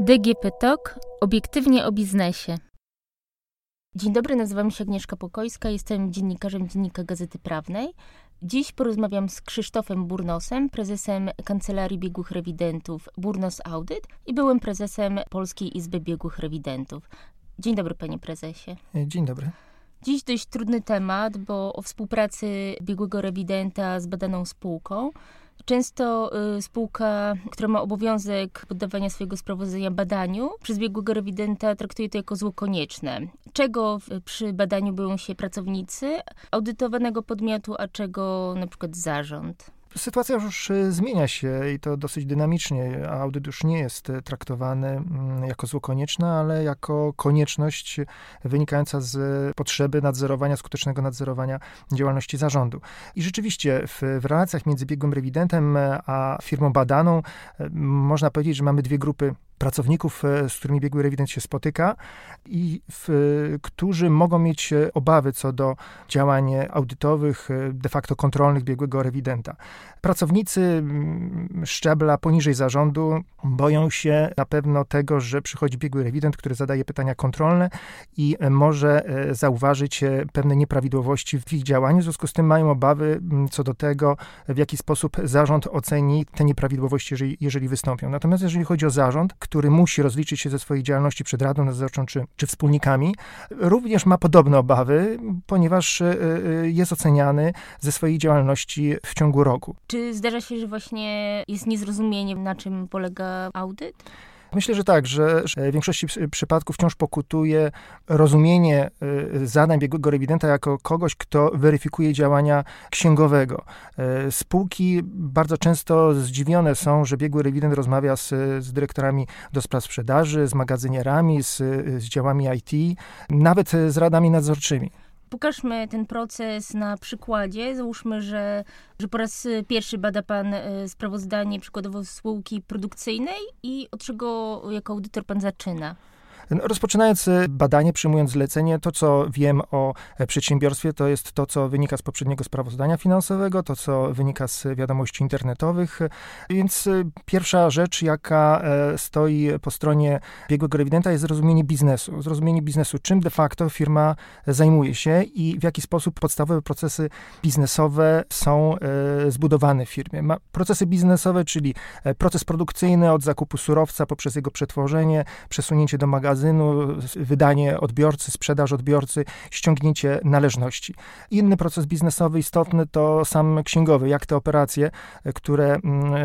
DGP Talk. Obiektywnie o biznesie. Dzień dobry, nazywam się Agnieszka Pokojska, jestem dziennikarzem Dziennika Gazety Prawnej. Dziś porozmawiam z Krzysztofem Burnosem, prezesem Kancelarii Biegłych Rewidentów Burnos Audyt i byłym prezesem Polskiej Izby Biegłych Rewidentów. Dzień dobry, panie prezesie. Dzień dobry. Dziś dość trudny temat, bo o współpracy biegłego rewidenta z badaną spółką. Często spółka, która ma obowiązek poddawania swojego sprawozdania badaniu, przez biegłego rewidenta traktuje to jako zło konieczne. Czego przy badaniu boją się pracownicy audytowanego podmiotu, a czego na przykład zarząd? Sytuacja już zmienia się i to dosyć dynamicznie. Audyt już nie jest traktowany jako zło konieczne, ale jako konieczność wynikająca z potrzeby nadzorowania, skutecznego nadzorowania działalności zarządu. I rzeczywiście w relacjach między biegłym rewidentem a firmą badaną można powiedzieć, że mamy dwie grupy pracowników, z którymi biegły rewident się spotyka i którzy mogą mieć obawy co do działań audytowych, de facto kontrolnych biegłego rewidenta. Pracownicy szczebla poniżej zarządu boją się na pewno tego, że przychodzi biegły rewident, który zadaje pytania kontrolne i może zauważyć pewne nieprawidłowości w ich działaniu. W związku z tym mają obawy co do tego, w jaki sposób zarząd oceni te nieprawidłowości, jeżeli wystąpią. Natomiast jeżeli chodzi o zarząd, który musi rozliczyć się ze swojej działalności przed radą nadzorczą czy wspólnikami, również ma podobne obawy, ponieważ jest oceniany ze swojej działalności w ciągu roku. Czy zdarza się, że właśnie jest niezrozumienie, na czym polega audyt? Myślę, że tak, że w większości przypadków wciąż pokutuje rozumienie zadań biegłego rewidenta jako kogoś, kto weryfikuje działania księgowego. Spółki bardzo często zdziwione są, że biegły rewident rozmawia z dyrektorami do spraw sprzedaży, z magazynierami, z działami IT, nawet z radami nadzorczymi. Pokażmy ten proces na przykładzie. Załóżmy, że po raz pierwszy bada pan sprawozdanie przykładowo spółki produkcyjnej i od czego jako audytor pan zaczyna? Rozpoczynając badanie, przyjmując zlecenie, to co wiem o przedsiębiorstwie, to jest to, co wynika z poprzedniego sprawozdania finansowego, to co wynika z wiadomości internetowych. Więc pierwsza rzecz, jaka stoi po stronie biegłego rewidenta, jest zrozumienie biznesu. Zrozumienie biznesu, czym de facto firma zajmuje się i w jaki sposób podstawowe procesy biznesowe są zbudowane w firmie. Procesy biznesowe, czyli proces produkcyjny od zakupu surowca poprzez jego przetworzenie, przesunięcie do magazynu, wydanie odbiorcy, sprzedaż odbiorcy, ściągnięcie należności. Inny proces biznesowy istotny to sam księgowy, jak te operacje, które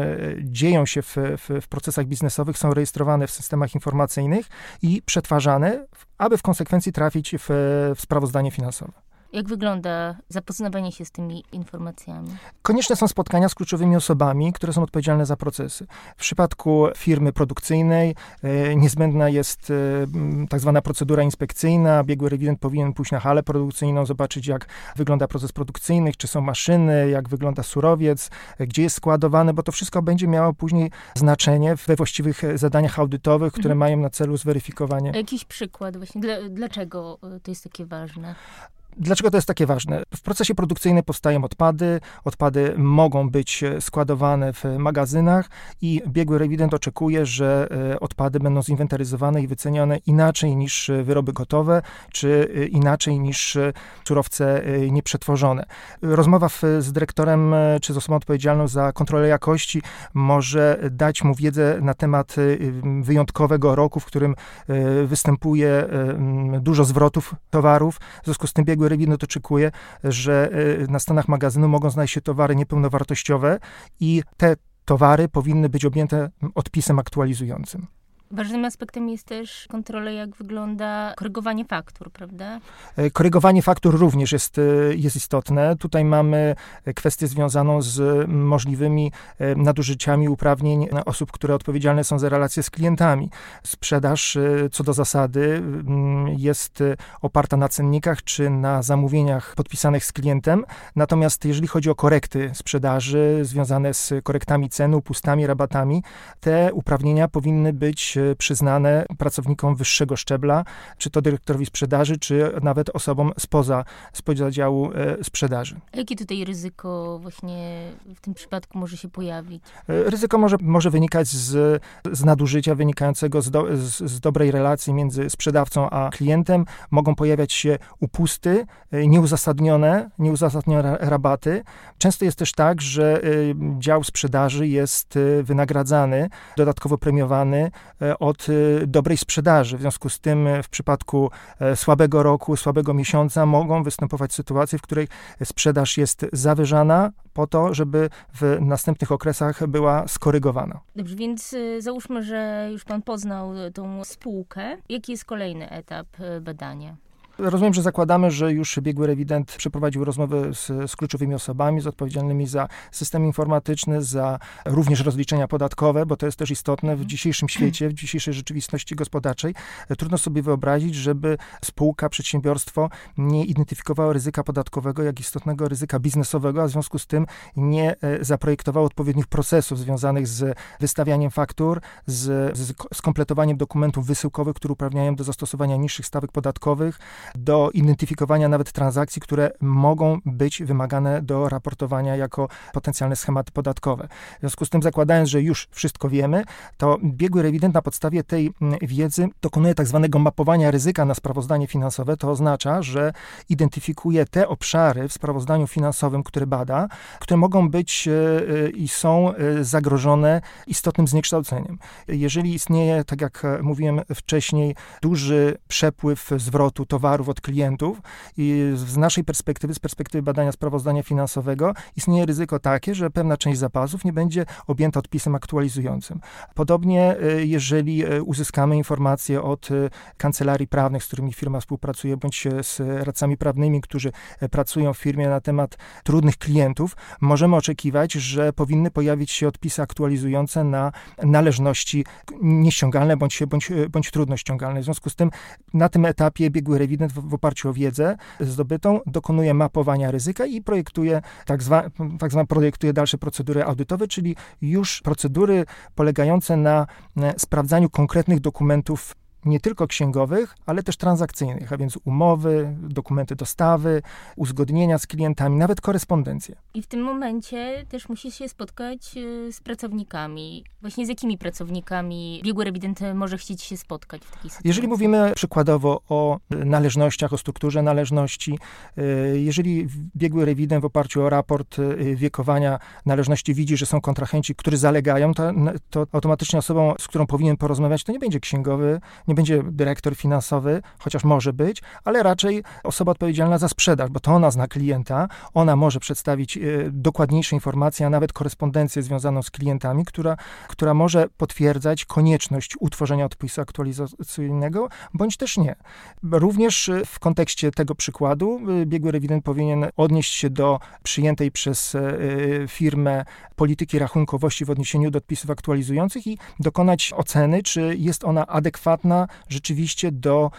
dzieją się w procesach biznesowych, są rejestrowane w systemach informacyjnych i przetwarzane, aby w konsekwencji trafić w sprawozdanie finansowe. Jak wygląda zapoznawanie się z tymi informacjami? Konieczne są spotkania z kluczowymi osobami, które są odpowiedzialne za procesy. W przypadku firmy produkcyjnej niezbędna jest tak zwana procedura inspekcyjna. Biegły rewident powinien pójść na halę produkcyjną, zobaczyć, jak wygląda proces produkcyjny, czy są maszyny, jak wygląda surowiec, gdzie jest składowany, bo to wszystko będzie miało później znaczenie we właściwych zadaniach audytowych, które mają na celu zweryfikowanie. A jakiś przykład właśnie, dlaczego to jest takie ważne? Dlaczego to jest takie ważne? W procesie produkcyjnym powstają odpady. Odpady mogą być składowane w magazynach i biegły rewident oczekuje, że odpady będą zinwentaryzowane i wycenione inaczej niż wyroby gotowe, czy inaczej niż surowce nieprzetworzone. Rozmowa z dyrektorem, czy z osobą odpowiedzialną za kontrolę jakości może dać mu wiedzę na temat wyjątkowego roku, w którym występuje dużo zwrotów towarów. W związku z tym biegły rewident oczekuje, że na stanach magazynu mogą znaleźć się towary niepełnowartościowe i te towary powinny być objęte odpisem aktualizującym. Ważnym aspektem jest też kontrola, jak wygląda korygowanie faktur, prawda? Korygowanie faktur również jest istotne. Tutaj mamy kwestię związaną z możliwymi nadużyciami uprawnień osób, które odpowiedzialne są za relacje z klientami. Sprzedaż co do zasady jest oparta na cennikach czy na zamówieniach podpisanych z klientem. Natomiast jeżeli chodzi o korekty sprzedaży związane z korektami cen, upustami, rabatami, te uprawnienia powinny być przyznane pracownikom wyższego szczebla, czy to dyrektorowi sprzedaży, czy nawet osobom spoza działu sprzedaży. A jakie tutaj ryzyko właśnie w tym przypadku może się pojawić? Ryzyko może wynikać z nadużycia wynikającego z dobrej relacji między sprzedawcą a klientem. Mogą pojawiać się upusty, nieuzasadnione rabaty. Często jest też tak, że dział sprzedaży jest wynagradzany, dodatkowo premiowany od dobrej sprzedaży. W związku z tym w przypadku słabego roku, słabego miesiąca mogą występować sytuacje, w której sprzedaż jest zawyżana po to, żeby w następnych okresach była skorygowana. Dobrze, więc załóżmy, że już pan poznał tą spółkę. Jaki jest kolejny etap badania? Rozumiem, że zakładamy, że już biegły rewident przeprowadził rozmowy z kluczowymi osobami, z odpowiedzialnymi za system informatyczny, za również rozliczenia podatkowe, bo to jest też istotne w dzisiejszym świecie, w dzisiejszej rzeczywistości gospodarczej. Trudno sobie wyobrazić, żeby spółka, przedsiębiorstwo nie identyfikowało ryzyka podatkowego jak istotnego ryzyka biznesowego, a w związku z tym nie zaprojektowało odpowiednich procesów związanych z wystawianiem faktur, z kompletowaniem dokumentów wysyłkowych, które uprawniają do zastosowania niższych stawek podatkowych, do identyfikowania nawet transakcji, które mogą być wymagane do raportowania jako potencjalne schematy podatkowe. W związku z tym, zakładając, że już wszystko wiemy, to biegły rewident na podstawie tej wiedzy dokonuje tak zwanego mapowania ryzyka na sprawozdanie finansowe. To oznacza, że identyfikuje te obszary w sprawozdaniu finansowym, które bada, które mogą być i są zagrożone istotnym zniekształceniem. Jeżeli istnieje, tak jak mówiłem wcześniej, duży przepływ zwrotu towarów od klientów i z naszej perspektywy, z perspektywy badania sprawozdania finansowego, istnieje ryzyko takie, że pewna część zapasów nie będzie objęta odpisem aktualizującym. Podobnie, jeżeli uzyskamy informacje od kancelarii prawnych, z którymi firma współpracuje, bądź z radcami prawnymi, którzy pracują w firmie na temat trudnych klientów, możemy oczekiwać, że powinny pojawić się odpisy aktualizujące na należności nieściągalne bądź trudno ściągalne. W związku z tym na tym etapie biegły rewident w oparciu o wiedzę zdobytą dokonuje mapowania ryzyka i projektuje projektuje dalsze procedury audytowe, czyli już procedury polegające na sprawdzaniu konkretnych dokumentów nie tylko księgowych, ale też transakcyjnych, a więc umowy, dokumenty dostawy, uzgodnienia z klientami, nawet korespondencję. I w tym momencie też musi się spotkać z pracownikami. Właśnie z jakimi pracownikami biegły rewident może chcieć się spotkać w takiej sytuacji? Jeżeli mówimy przykładowo o należnościach, o strukturze należności, jeżeli biegły rewident w oparciu o raport wiekowania należności widzi, że są kontrahenci, którzy zalegają, to automatycznie osobą, z którą powinien porozmawiać, to nie będzie księgowy, nie będzie dyrektor finansowy, chociaż może być, ale raczej osoba odpowiedzialna za sprzedaż, bo to ona zna klienta, ona może przedstawić dokładniejsze informacje, a nawet korespondencję związaną z klientami, która może potwierdzać konieczność utworzenia odpisu aktualizacyjnego, bądź też nie. Również w kontekście tego przykładu biegły rewident powinien odnieść się do przyjętej przez firmę polityki rachunkowości w odniesieniu do odpisów aktualizujących i dokonać oceny, czy jest ona adekwatna rzeczywiście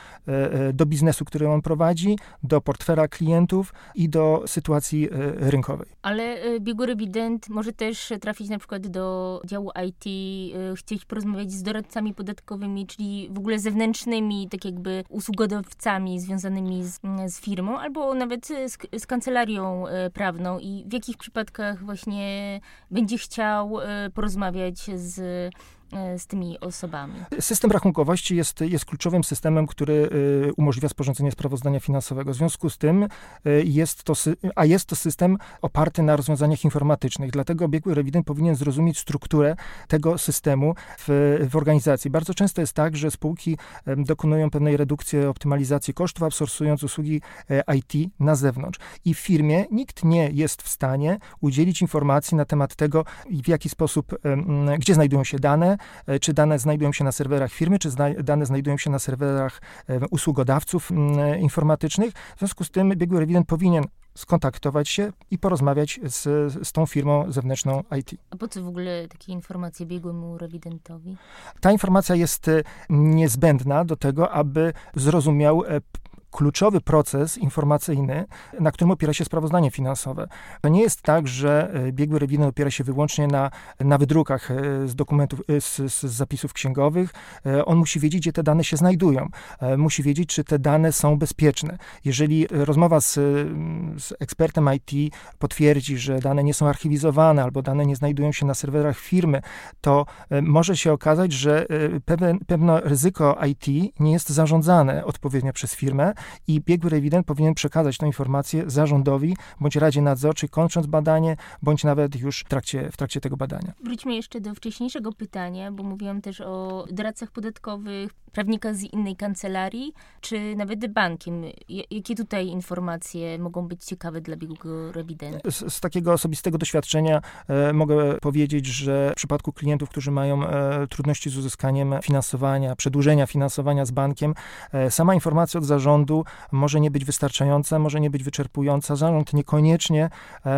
do biznesu, który on prowadzi, do portfela klientów i do sytuacji rynkowej. Ale biegły rewident może też trafić na przykład do działu IT, chcieć porozmawiać z doradcami podatkowymi, czyli w ogóle zewnętrznymi, tak jakby usługodawcami związanymi z firmą, albo nawet z kancelarią prawną i w jakich przypadkach właśnie będzie chciał porozmawiać z tymi osobami. System rachunkowości jest kluczowym systemem, który umożliwia sporządzenie sprawozdania finansowego. W związku z tym jest to system oparty na rozwiązaniach informatycznych. Dlatego biegły rewident powinien zrozumieć strukturę tego systemu w organizacji. Bardzo często jest tak, że spółki dokonują pewnej redukcji, optymalizacji kosztów, outsourcując usługi IT na zewnątrz. I w firmie nikt nie jest w stanie udzielić informacji na temat tego, w jaki sposób, gdzie znajdują się dane, czy dane znajdują się na serwerach firmy, czy dane znajdują się na serwerach usługodawców informatycznych. W związku z tym biegły rewident powinien skontaktować się i porozmawiać z tą firmą zewnętrzną IT. A po co w ogóle takie informacje biegłemu rewidentowi? Ta informacja jest niezbędna do tego, aby zrozumiał kluczowy proces informacyjny, na którym opiera się sprawozdanie finansowe. To nie jest tak, że biegły rewident opiera się wyłącznie na wydrukach z dokumentów, z zapisów księgowych. On musi wiedzieć, gdzie te dane się znajdują. Musi wiedzieć, czy te dane są bezpieczne. Jeżeli rozmowa z ekspertem IT potwierdzi, że dane nie są archiwizowane albo dane nie znajdują się na serwerach firmy, to może się okazać, że pewne ryzyko IT nie jest zarządzane odpowiednio przez firmę i biegły rewident powinien przekazać tę informację zarządowi bądź Radzie Nadzorczej, kończąc badanie, bądź nawet już w trakcie tego badania. Wróćmy jeszcze do wcześniejszego pytania, bo mówiłam też o doradcach podatkowych, prawnikach z innej kancelarii, czy nawet bankiem. Jakie tutaj informacje mogą być ciekawe dla biegłego rewidenta? Z takiego osobistego doświadczenia mogę powiedzieć, że w przypadku klientów, którzy mają trudności z uzyskaniem finansowania, przedłużenia finansowania z bankiem, sama informacja od zarządu może nie być wystarczająca, może nie być wyczerpująca. Zarząd niekoniecznie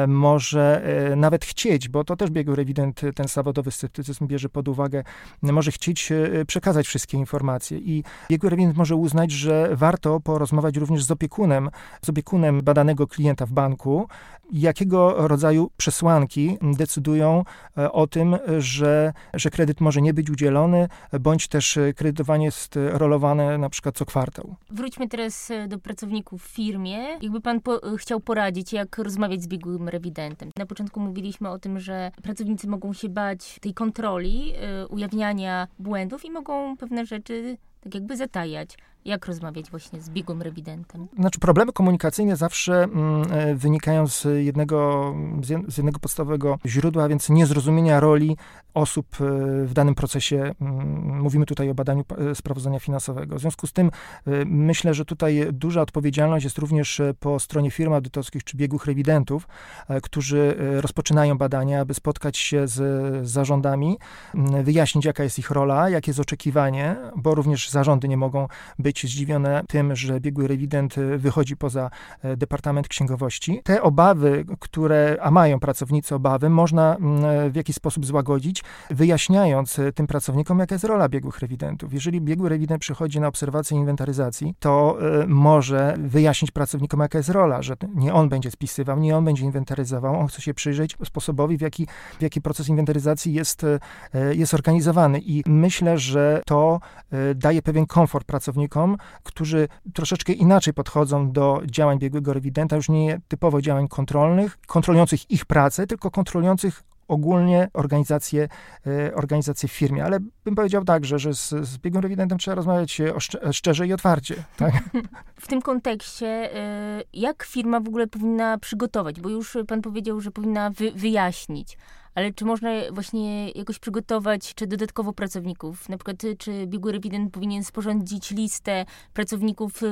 może nawet chcieć, bo to też biegły rewident ten zawodowy sceptycyzm bierze pod uwagę, może chcieć przekazać wszystkie informacje i biegły rewident może uznać, że warto porozmawiać również z opiekunem badanego klienta w banku, jakiego rodzaju przesłanki decydują o tym, że kredyt może nie być udzielony, bądź też kredytowanie jest rolowane na przykład co kwartał. Wróćmy teraz do pracowników w firmie. Jakby pan chciał poradzić, jak rozmawiać z biegłym rewidentem. Na początku mówiliśmy o tym, że pracownicy mogą się bać tej kontroli, ujawniania błędów i mogą pewne rzeczy tak jakby zatajać. Jak rozmawiać właśnie z biegłym rewidentem? Znaczy problemy komunikacyjne zawsze wynikają z jednego podstawowego źródła, a więc niezrozumienia roli osób w danym procesie. Mówimy tutaj o badaniu sprawozdania finansowego. W związku z tym myślę, że tutaj duża odpowiedzialność jest również po stronie firm audytorskich czy biegłych rewidentów, którzy rozpoczynają badania, aby spotkać się z zarządami, wyjaśnić, jaka jest ich rola, jakie jest oczekiwanie, bo również zarządy nie mogą być zdziwione tym, że biegły rewident wychodzi poza Departament Księgowości. Te obawy, a mają pracownicy obawy, można w jakiś sposób złagodzić, wyjaśniając tym pracownikom, jaka jest rola biegłych rewidentów. Jeżeli biegły rewident przychodzi na obserwację inwentaryzacji, to może wyjaśnić pracownikom, jaka jest rola, że nie on będzie spisywał, nie on będzie inwentaryzował, on chce się przyjrzeć sposobowi, w jaki proces inwentaryzacji jest organizowany. I myślę, że to daje pewien komfort pracownikom, którzy troszeczkę inaczej podchodzą do działań biegłego rewidenta, już nie typowo działań kontrolujących ich pracę, tylko kontrolujących ogólnie organizację w firmie. Ale bym powiedział tak, że z biegłym rewidentem trzeba rozmawiać szczerze i otwarcie. Tak? W tym kontekście, jak firma w ogóle powinna przygotować? Bo już pan powiedział, że powinna wyjaśnić. Ale czy można właśnie jakoś przygotować, czy dodatkowo pracowników? Na przykład, czy biegły rewident powinien sporządzić listę pracowników,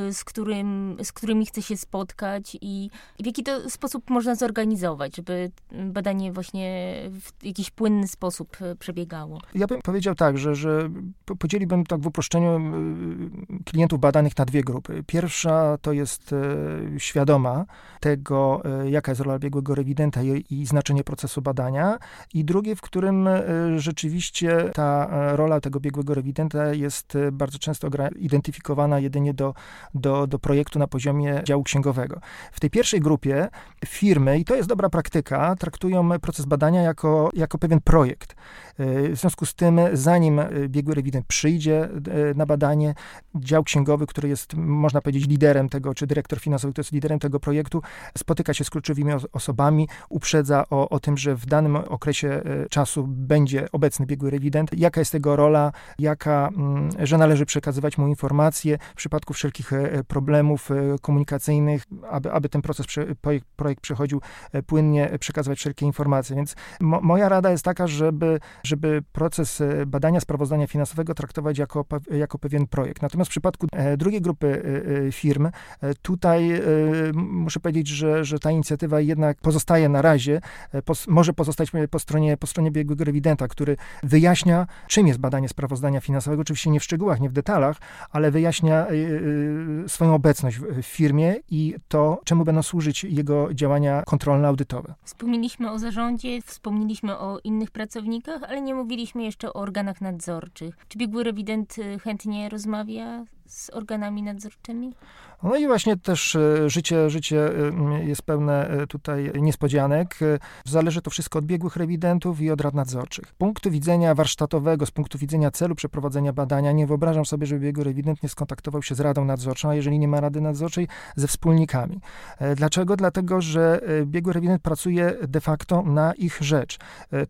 z którymi chce się spotkać i w jaki to sposób można zorganizować, żeby badanie właśnie w jakiś płynny sposób przebiegało? Ja bym powiedział tak, że podzieliłbym tak w uproszczeniu klientów badanych na dwie grupy. Pierwsza to jest świadoma tego, jaka jest rola biegłego rewidenta i znaczenie procesu badania. I drugie, w którym rzeczywiście ta rola tego biegłego rewidenta jest bardzo często identyfikowana jedynie do projektu na poziomie działu księgowego. W tej pierwszej grupie firmy, i to jest dobra praktyka, traktują proces badania jako pewien projekt. W związku z tym, zanim biegły rewident przyjdzie na badanie, dział księgowy, który jest, można powiedzieć, liderem tego, czy dyrektor finansowy, który jest liderem tego projektu, spotyka się z kluczowymi osobami, uprzedza o tym, że w danym okresie czasu będzie obecny biegły rewident, jaka jest jego rola, że należy przekazywać mu informacje w przypadku wszelkich problemów komunikacyjnych, aby ten projekt przechodził płynnie, przekazywać wszelkie informacje. Więc moja rada jest taka, żeby proces badania sprawozdania finansowego traktować jako pewien projekt. Natomiast w przypadku drugiej grupy firm, tutaj muszę powiedzieć, że ta inicjatywa jednak pozostaje na razie, może pozostać po stronie biegłego rewidenta, który wyjaśnia, czym jest badanie sprawozdania finansowego, oczywiście nie w szczegółach, nie w detalach, ale wyjaśnia swoją obecność w firmie i to, czemu będą służyć jego działania kontrolno-audytowe. Wspomnieliśmy o zarządzie, wspomnieliśmy o innych pracownikach, ale nie mówiliśmy jeszcze o organach nadzorczych. Czy biegły rewident chętnie rozmawia z organami nadzorczymi? No i właśnie też życie jest pełne tutaj niespodzianek. Zależy to wszystko od biegłych rewidentów i od rad nadzorczych. Z punktu widzenia warsztatowego, z punktu widzenia celu przeprowadzenia badania, nie wyobrażam sobie, żeby biegły rewident nie skontaktował się z radą nadzorczą, a jeżeli nie ma rady nadzorczej, ze wspólnikami. Dlaczego? Dlatego, że biegły rewident pracuje de facto na ich rzecz.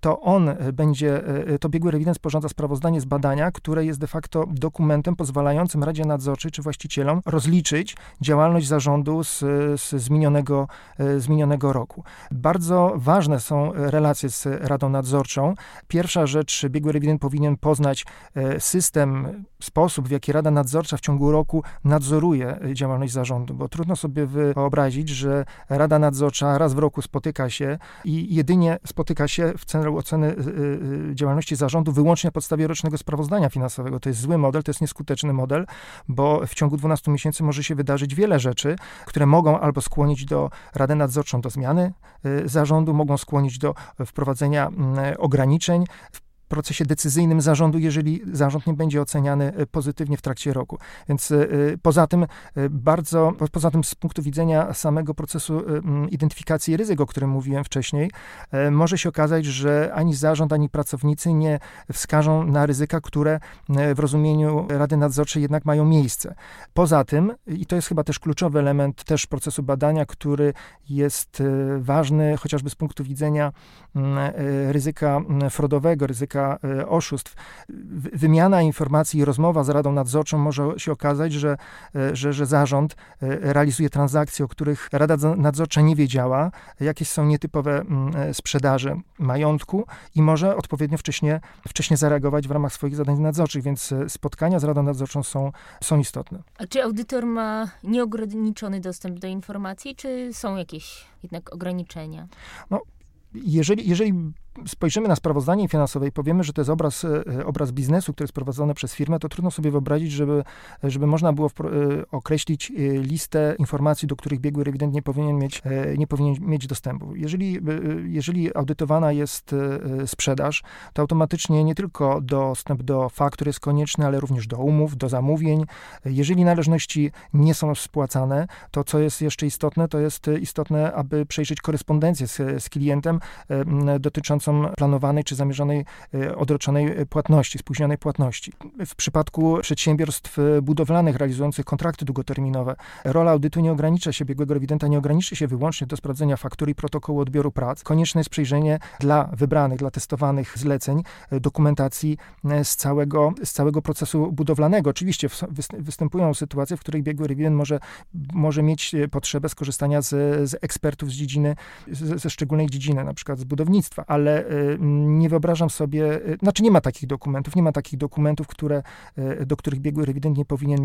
To biegły rewident sporządza sprawozdanie z badania, które jest de facto dokumentem pozwalającym Radzie Nadzorczej czy właścicielom rozliczyć działalność zarządu z minionego roku. Bardzo ważne są relacje z Radą Nadzorczą. Pierwsza rzecz, biegły rewident powinien poznać system, sposób, w jaki Rada Nadzorcza w ciągu roku nadzoruje działalność zarządu, bo trudno sobie wyobrazić, że Rada Nadzorcza raz w roku spotyka się i jedynie spotyka się w celu oceny działalności zarządu wyłącznie na podstawie rocznego sprawozdania finansowego. To jest zły model, to jest nieskuteczny model, bo w ciągu 12 miesięcy może się wydarzyć wiele rzeczy, które mogą albo skłonić Radę Nadzorczą do zmiany zarządu, mogą skłonić do wprowadzenia ograniczeń w procesie decyzyjnym zarządu, jeżeli zarząd nie będzie oceniany pozytywnie w trakcie roku. Więc poza tym z punktu widzenia samego procesu identyfikacji ryzyk, o którym mówiłem wcześniej, może się okazać, że ani zarząd, ani pracownicy nie wskażą na ryzyka, które w rozumieniu Rady Nadzorczej jednak mają miejsce. Poza tym, i to jest chyba też kluczowy element też procesu badania, który jest ważny chociażby z punktu widzenia ryzyka fraudowego, ryzyka oszustw. Wymiana informacji i rozmowa z Radą Nadzorczą może się okazać, że zarząd realizuje transakcje, o których Rada Nadzorcza nie wiedziała, jakieś są nietypowe sprzedaże majątku i może odpowiednio wcześnie zareagować w ramach swoich zadań nadzorczych, więc spotkania z Radą Nadzorczą są istotne. A czy audytor ma nieograniczony dostęp do informacji, czy są jakieś jednak ograniczenia? No, jeżeli spojrzymy na sprawozdanie finansowe i powiemy, że to jest obraz biznesu, który jest prowadzony przez firmę, to trudno sobie wyobrazić, żeby można było określić listę informacji, do których biegły rewident nie powinien mieć dostępu. Jeżeli audytowana jest sprzedaż, to automatycznie nie tylko dostęp do faktur jest konieczny, ale również do umów, do zamówień. Jeżeli należności nie są spłacane, to co jest jeszcze istotne, to jest istotne, aby przejrzeć korespondencję z klientem dotyczącą planowanej czy zamierzonej odroczonej płatności, spóźnionej płatności. W przypadku przedsiębiorstw budowlanych realizujących kontrakty długoterminowe, rola audytu biegłego rewidenta nie ograniczy się wyłącznie do sprawdzenia faktury i protokołu odbioru prac. Konieczne jest przejrzenie dla testowanych zleceń, dokumentacji z całego procesu budowlanego. Oczywiście występują sytuacje, w których biegły rewident może mieć potrzebę skorzystania z ekspertów z dziedziny, ze szczególnej dziedziny, na przykład z budownictwa, ale nie wyobrażam sobie, nie ma takich dokumentów, do których biegły rewident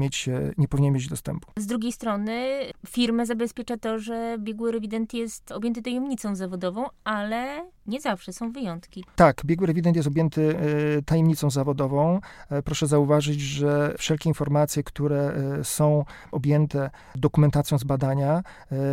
nie powinien mieć dostępu. Z drugiej strony firmę zabezpiecza to, że biegły rewident jest objęty tajemnicą zawodową, ale nie zawsze, są wyjątki. Tak, biegły rewident jest objęty tajemnicą zawodową. Proszę zauważyć, że wszelkie informacje, które są objęte dokumentacją z badania,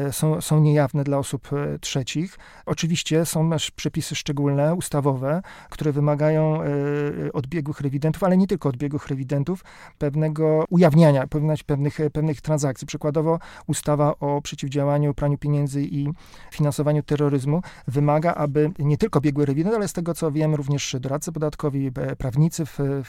są niejawne dla osób trzecich. Oczywiście są przepisy szczególne, ustawowe, które wymagają od biegłych rewidentów, ale nie tylko od biegłych rewidentów, pewnego ujawniania pewnych transakcji. Przykładowo ustawa o przeciwdziałaniu praniu pieniędzy i finansowaniu terroryzmu wymaga, aby nie tylko biegły rewident, ale z tego co wiem również doradcy podatkowi, prawnicy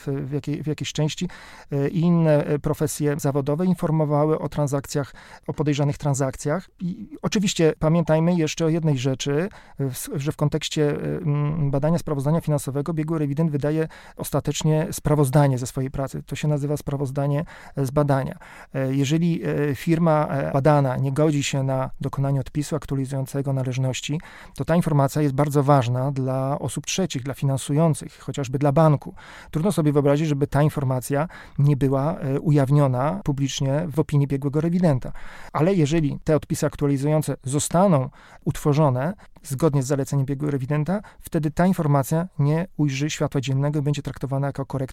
w jakiejś części i inne profesje zawodowe informowały o transakcjach, o podejrzanych transakcjach. I oczywiście pamiętajmy jeszcze o jednej rzeczy, że w kontekście badania sprawozdania finansowego biegły rewident wydaje ostatecznie sprawozdanie ze swojej pracy. To się nazywa sprawozdanie z badania. Jeżeli firma badana nie godzi się na dokonanie odpisu aktualizującego należności, to ta informacja jest bardzo ważna dla osób trzecich, dla finansujących, chociażby dla banku. Trudno sobie wyobrazić, żeby ta informacja nie była ujawniona publicznie w opinii biegłego rewidenta. Ale jeżeli te odpisy aktualizujące zostaną utworzone zgodnie z zaleceniem biegłego rewidenta, wtedy ta informacja nie ujrzy światła dziennego i będzie traktowana jako korekta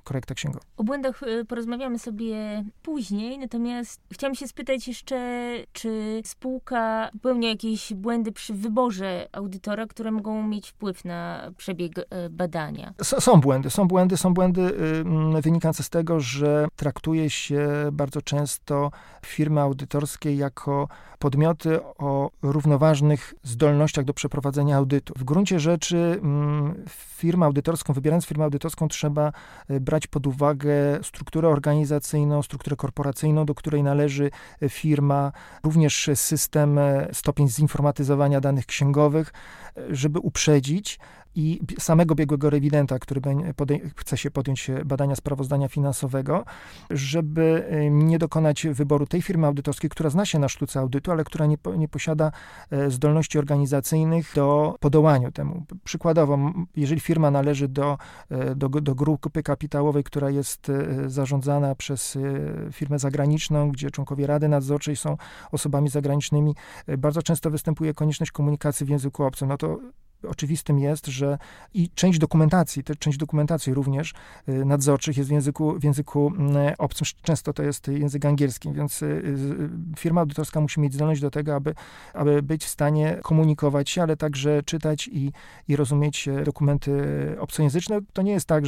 korekta księgowa. O błędach porozmawiamy sobie później, natomiast chciałam się spytać jeszcze, czy spółka popełnia jakieś błędy przy wyborze audytora, które mogą mieć wpływ na przebieg badania? Są błędy wynikające z tego, że traktuje się bardzo często firmy autorskie jako podmioty o równoważnych zdolnościach do przeprowadzenia audytu. W gruncie rzeczy wybierając firmę audytorską, trzeba brać pod uwagę strukturę organizacyjną, strukturę korporacyjną, do której należy firma, również system, stopień zinformatyzowania danych księgowych, żeby uprzedzić i samego biegłego rewidenta, który chce się podjąć badania sprawozdania finansowego, żeby nie dokonać wyboru tej firmy audytorskiej, która zna się na sztuce audytu, ale która nie posiada zdolności organizacyjnych do podołania temu. Przykładowo, jeżeli firma należy do grupy kapitałowej, która jest zarządzana przez firmę zagraniczną, gdzie członkowie Rady Nadzorczej są osobami zagranicznymi, bardzo często występuje konieczność komunikacji w języku obcym. No to oczywistym jest, że i część dokumentacji również nadzorczych jest w języku obcym. Często to jest język angielski, więc firma audytorska musi mieć zdolność do tego, aby być w stanie komunikować się, ale także czytać i rozumieć dokumenty obcojęzyczne. To nie jest tak,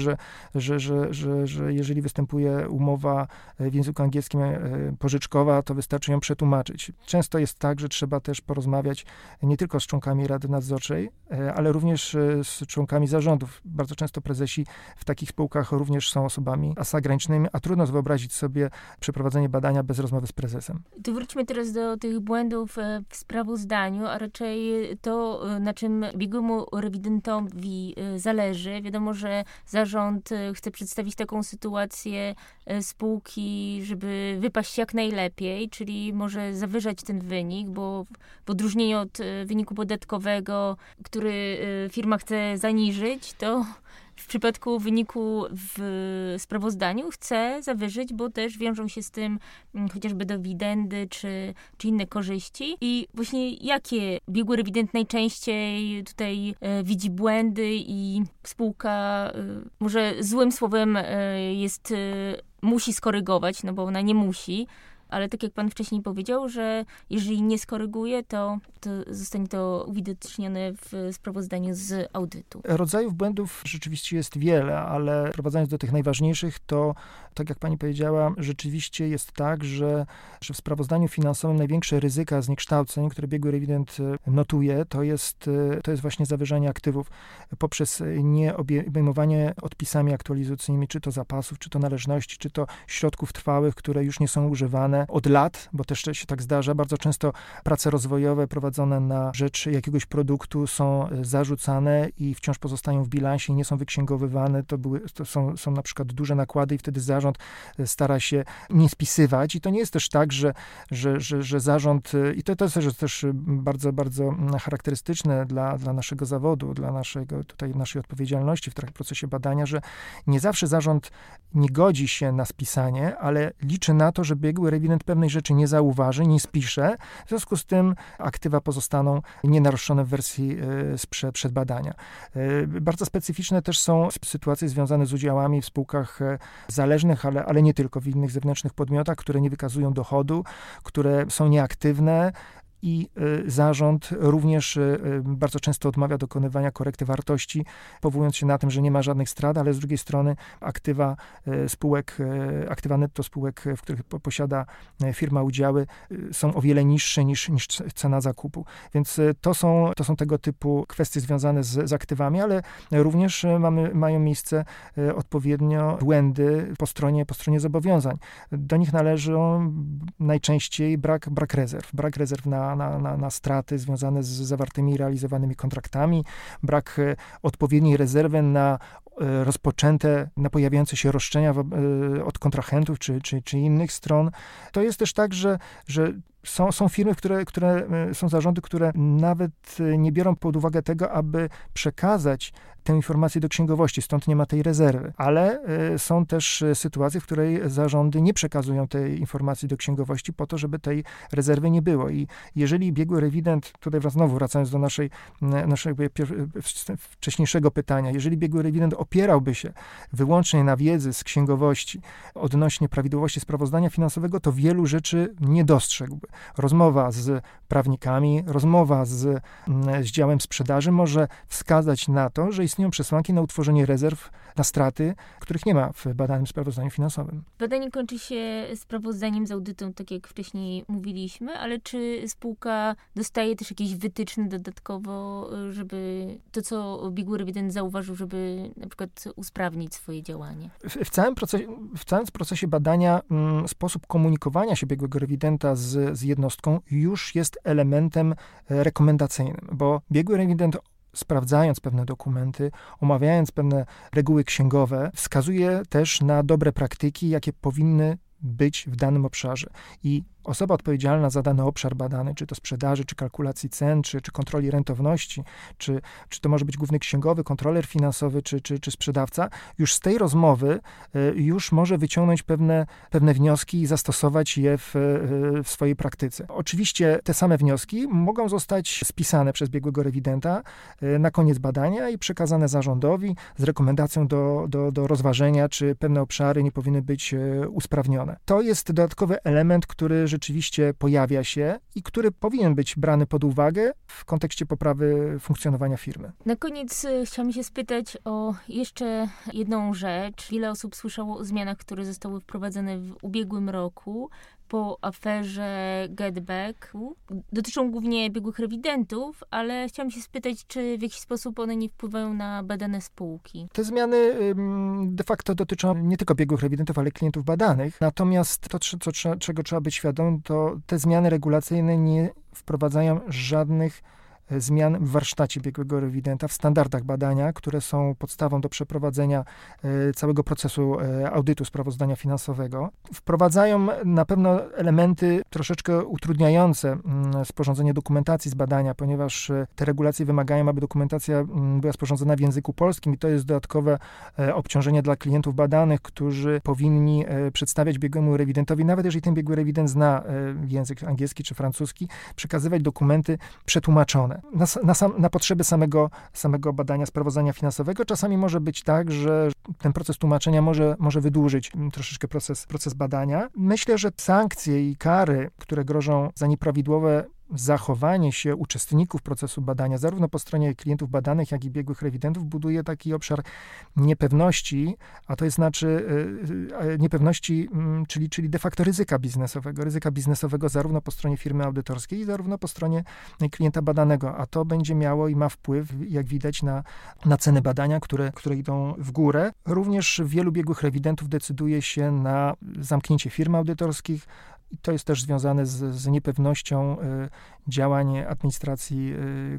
że jeżeli występuje umowa w języku angielskim pożyczkowa, to wystarczy ją przetłumaczyć. Często jest tak, że trzeba też porozmawiać nie tylko z członkami Rady Nadzorczej, ale również z członkami zarządów. Bardzo często prezesi w takich spółkach również są osobami zagranicznymi, a trudno wyobrazić sobie przeprowadzenie badania bez rozmowy z prezesem. To wróćmy teraz do tych błędów w sprawozdaniu, a raczej to, na czym biegłemu rewidentowi zależy. Wiadomo, że zarząd chce przedstawić taką sytuację spółki, żeby wypaść jak najlepiej, czyli może zawyżać ten wynik, bo w odróżnieniu od wyniku podatkowego, który firma chce zaniżyć, to w przypadku wyniku w sprawozdaniu chce zawyżyć, bo też wiążą się z tym chociażby dywidendy czy inne korzyści. I właśnie jakie biegły rewident najczęściej tutaj widzi błędy i spółka może złym słowem musi skorygować, no bo ona nie musi, ale tak jak pan wcześniej powiedział, że jeżeli nie skoryguje, to zostanie to uwidocznione w sprawozdaniu z audytu. Rodzajów błędów rzeczywiście jest wiele, ale wprowadzając do tych najważniejszych, to tak jak pani powiedziała, rzeczywiście jest tak, że w sprawozdaniu finansowym największe ryzyka zniekształceń, które biegły rewident notuje, to jest właśnie zawyżanie aktywów poprzez nieobejmowanie odpisami aktualizacyjnymi, czy to zapasów, czy to należności, czy to środków trwałych, które już nie są używane od lat, bo też się tak zdarza. Bardzo często prace rozwojowe prowadzone na rzecz jakiegoś produktu są zarzucane i wciąż pozostają w bilansie i nie są wyksięgowywane. To są na przykład duże nakłady i wtedy zarząd stara się nie spisywać. I to nie jest też tak, że zarząd, i to jest też bardzo, bardzo charakterystyczne dla naszego zawodu, dla naszej odpowiedzialności w procesie badania, że nie zawsze zarząd nie godzi się na spisanie, ale liczy na to, że biegły rewident pewnej rzeczy nie zauważy, nie spisze. W związku z tym aktywa pozostaną nienaruszone w wersji sprzed badania. Bardzo specyficzne też są sytuacje związane z udziałami w spółkach zależnych, ale nie tylko, w innych zewnętrznych podmiotach, które nie wykazują dochodu, które są nieaktywne, i zarząd również bardzo często odmawia dokonywania korekty wartości, powołując się na tym, że nie ma żadnych strat, ale z drugiej strony aktywa netto spółek, w których posiada firma udziały, są o wiele niższe niż cena zakupu. Więc to są tego typu kwestie związane z aktywami, ale również mają miejsce odpowiednio błędy po stronie zobowiązań. Do nich należą najczęściej brak rezerw. Brak rezerw na straty związane z zawartymi i realizowanymi kontraktami, brak odpowiedniej rezerwy na na pojawiające się roszczenia od kontrahentów czy innych stron. To jest też tak, że Są firmy, są zarządy, które nawet nie biorą pod uwagę tego, aby przekazać tę informację do księgowości, stąd nie ma tej rezerwy. Ale są też sytuacje, w której zarządy nie przekazują tej informacji do księgowości po to, żeby tej rezerwy nie było. I jeżeli biegły rewident, tutaj znowu wracając do naszego wcześniejszego pytania, jeżeli biegły rewident opierałby się wyłącznie na wiedzy z księgowości odnośnie prawidłowości sprawozdania finansowego, to wielu rzeczy nie dostrzegłby. Rozmowa z prawnikami, rozmowa z działem sprzedaży może wskazać na to, że istnieją przesłanki na utworzenie rezerw na straty, których nie ma w badanym sprawozdaniu finansowym. Badanie kończy się sprawozdaniem z audytu, tak jak wcześniej mówiliśmy, ale czy spółka dostaje też jakieś wytyczne dodatkowo, żeby to, co biegły rewident zauważył, żeby na przykład usprawnić swoje działanie? W całym procesie badania sposób komunikowania się biegłego rewidenta z jednostką już jest elementem rekomendacyjnym, bo biegły rewident, sprawdzając pewne dokumenty, omawiając pewne reguły księgowe, wskazuje też na dobre praktyki, jakie powinny być w danym obszarze. I osoba odpowiedzialna za dany obszar badany, czy to sprzedaży, czy kalkulacji cen, czy kontroli rentowności, czy to może być główny księgowy, kontroler finansowy, czy sprzedawca, już z tej rozmowy już może wyciągnąć pewne wnioski i zastosować je w swojej praktyce. Oczywiście te same wnioski mogą zostać spisane przez biegłego rewidenta na koniec badania i przekazane zarządowi z rekomendacją do rozważenia, czy pewne obszary nie powinny być usprawnione. To jest dodatkowy element, który rzeczywiście pojawia się i który powinien być brany pod uwagę w kontekście poprawy funkcjonowania firmy. Na koniec chciałam się spytać o jeszcze jedną rzecz. Wiele osób słyszało o zmianach, które zostały wprowadzone w ubiegłym roku po aferze GetBack. Dotyczą głównie biegłych rewidentów, ale chciałam się spytać, czy w jakiś sposób one nie wpływają na badane spółki? Te zmiany de facto dotyczą nie tylko biegłych rewidentów, ale klientów badanych. Natomiast to, czego trzeba być świadomym, to te zmiany regulacyjne nie wprowadzają żadnych zmian w warsztacie biegłego rewidenta, w standardach badania, które są podstawą do przeprowadzenia całego procesu audytu sprawozdania finansowego. Wprowadzają na pewno elementy troszeczkę utrudniające sporządzenie dokumentacji z badania, ponieważ te regulacje wymagają, aby dokumentacja była sporządzona w języku polskim i to jest dodatkowe obciążenie dla klientów badanych, którzy powinni przedstawiać biegłemu rewidentowi, nawet jeżeli ten biegły rewident zna język angielski czy francuski, przekazywać dokumenty przetłumaczone. Na potrzeby samego badania sprawozdania finansowego czasami może być tak, że ten proces tłumaczenia może wydłużyć troszeczkę proces badania. Myślę, że sankcje i kary, które grożą za nieprawidłowe zachowanie się uczestników procesu badania, zarówno po stronie klientów badanych, jak i biegłych rewidentów, buduje taki obszar niepewności, a to jest niepewności, czyli de facto ryzyka biznesowego zarówno po stronie firmy audytorskiej, zarówno po stronie klienta badanego, a to będzie miało i ma wpływ, jak widać, na ceny badania, które idą w górę. Również wielu biegłych rewidentów decyduje się na zamknięcie firm audytorskich. I to jest też związane z niepewnością działań administracji,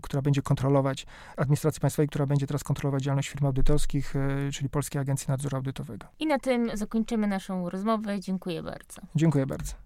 administracji państwowej, która będzie teraz kontrolować działalność firm audytorskich, czyli Polskiej Agencji Nadzoru Audytowego. I na tym zakończymy naszą rozmowę. Dziękuję bardzo. Dziękuję bardzo.